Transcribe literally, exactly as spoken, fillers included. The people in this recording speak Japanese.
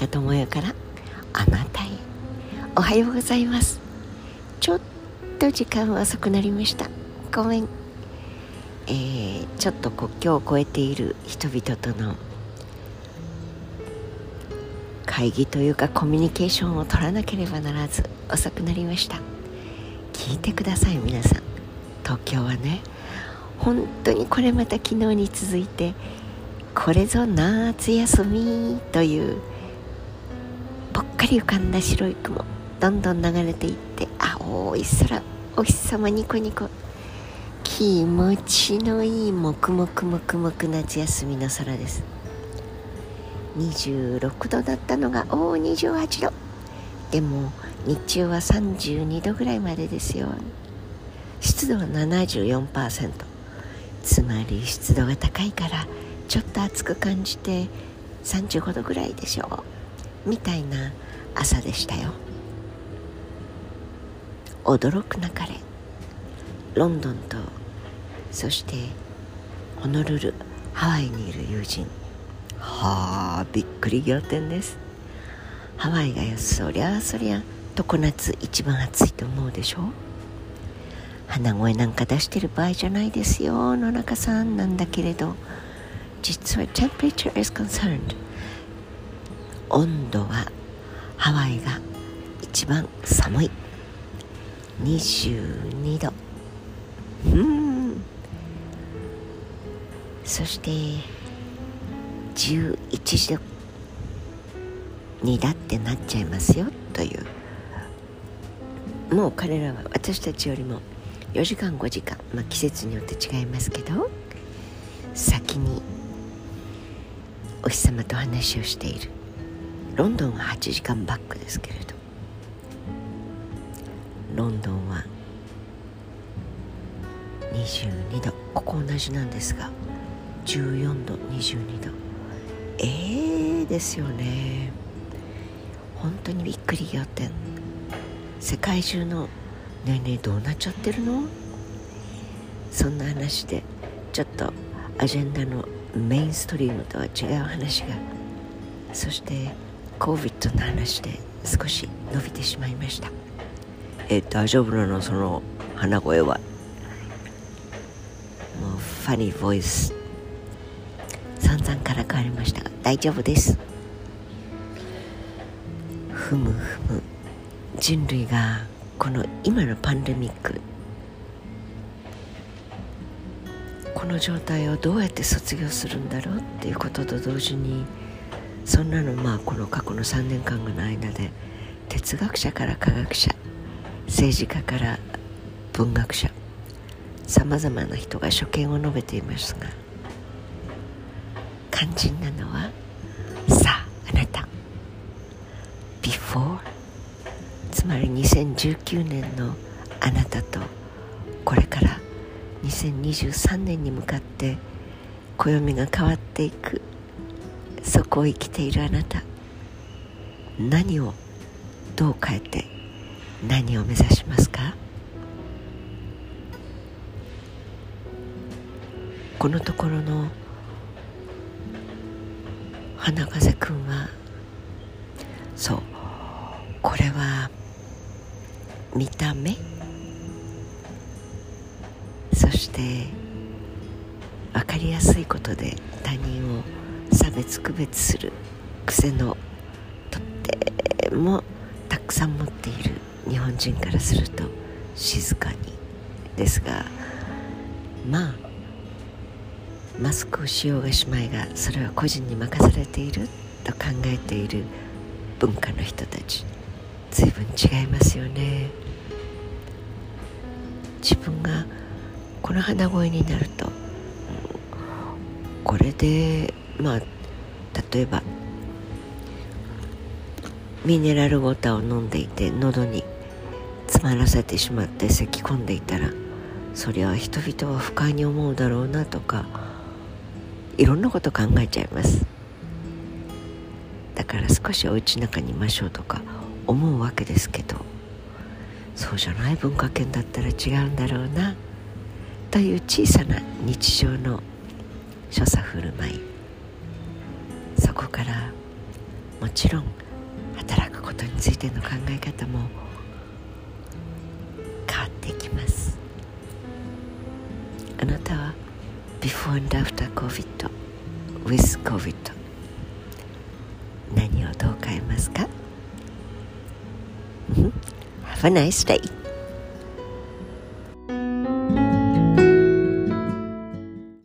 中智代からあなたへおはようございます。ちょっと時間は遅くなりました。ごめん、えー、ちょっと国境を越えている人々との会議というかコミュニケーションを取らなければならず遅くなりました。聞いてください皆さん、東京はね本当にこれまた昨日に続いてこれぞ夏休みというぽっかり浮かんだ白い雲どんどん流れていって、青い空、お日様ニコニコ、気持ちのいいもくもくもくもく夏休みの空です。にじゅうろくどだったのがおーにじゅうはちど、でも日中はさんじゅうにどぐらいまでですよ。湿度は ななじゅうよんパーセント、 つまり湿度が高いからちょっと暑く感じてさんじゅうごどぐらいでしょうみたいな朝でしたよ。驚くなかれ、ロンドンとそしてホノルル、ハワイにいる友人、はあびっくり仰天です。ハワイがよ、そりゃそりゃ常夏一番暑いと思うでしょ。鼻声なんか出してる場合じゃないですよ野中さん。なんだけれど実は temperature is concerned、 温度はハワイが一番寒い、にじゅうにど、うーんそしてじゅういちどにだってなっちゃいますよという、もう彼らは私たちよりもよじかんごじかん、まあ、季節によって違いますけど先にお日様と話をしている。ロンドンははちじかんバックですけれど、ロンドンはにじゅうにど、ここ同じなんですがじゅうよんど、にじゅうにど、えーですよね。本当にびっくり仰天。世界中のねえねえどうなっちゃってるの、そんな話でちょっとアジェンダのメインストリームとは違う話が、そして COVID の話で少し伸びてしまいました。え大丈夫なのその鼻声は。もうファニーボイス散々からかわりましたが大丈夫です。ふむふむ、人類がこの今のパンデミック、この状態をどうやって卒業するんだろうっていうことと同時に、そんなのまあこの過去のさんねんかんの間で哲学者から科学者、政治家から文学者、さまざまな人が所見を述べていますが、肝心なのはさああなた Before、 つまりにせんじゅうきゅうねんのあなたとこれからにせんにじゅうさんねんに向かって暦が変わっていく、そこを生きているあなた、何をどう変えて何を目指しますか。このところの花風くんは、そうこれは見た目、そして分かりやすいことで他人を差別区別する癖のとってもたくさん持っている日本人からすると静かにですが、まあマスクをしようがしまいがそれは個人に任されていると考えている文化の人たち、随分違いますよね。自分がこの鼻声になると、これでまあ例えばミネラルウォーターを飲んでいて喉に詰まらせてしまって咳き込んでいたら、そりゃ人々は不快に思うだろうなとか、いろんなこと考えちゃいます。だから少しお家の中にいましょうとか思うわけですけど、そうじゃない文化圏だったら違うんだろうなという小さな日常の所作振る舞い、そこからもちろん働くことについての考え方も変わっていきます。あなたは Before and After COVID with COVID 何をどう変えますか？ Have a nice day.